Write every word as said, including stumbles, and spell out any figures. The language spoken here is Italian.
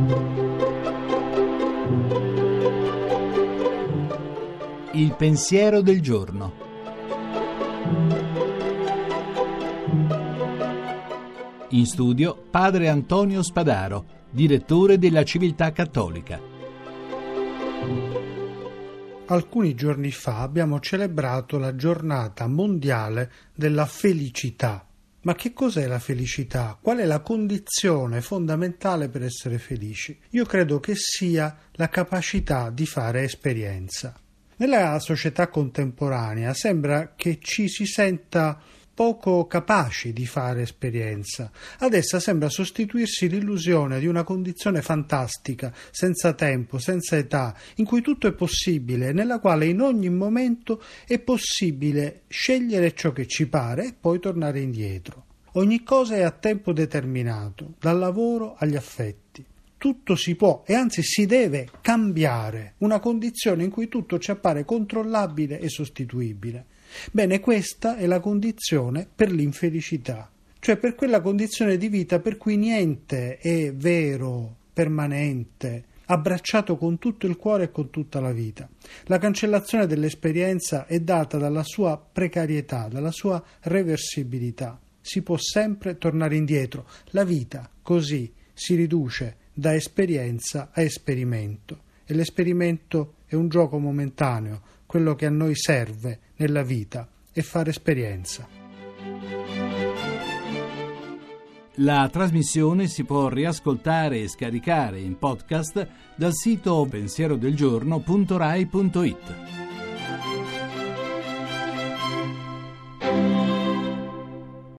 Il pensiero del giorno. In studio padre Antonio Spadaro, direttore della Civiltà Cattolica. Alcuni giorni fa abbiamo celebrato la giornata mondiale della felicità. Ma che cos'è la felicità? Qual è la condizione fondamentale per essere felici? Io credo che sia la capacità di fare esperienza. Nella società contemporanea sembra che ci si senta poco capaci di fare esperienza. Ad essa sembra sostituirsi l'illusione di una condizione fantastica, senza tempo, senza età, in cui tutto è possibile, nella quale in ogni momento è possibile scegliere ciò che ci pare e poi tornare indietro. Ogni cosa è a tempo determinato, dal lavoro agli affetti. Tutto si può e anzi si deve cambiare, una condizione in cui tutto ci appare controllabile e sostituibile. Bene, questa è la condizione per l'infelicità, cioè per quella condizione di vita per cui niente è vero, permanente, abbracciato con tutto il cuore e con tutta la vita. La cancellazione dell'esperienza è data dalla sua precarietà, dalla sua reversibilità. Si può sempre tornare indietro. La vita così si riduce da esperienza a esperimento e l'esperimento è un gioco momentaneo. Quello che a noi serve nella vita è fare esperienza. La trasmissione si può riascoltare e scaricare in podcast dal sito pensierodelgiorno punto rai punto it.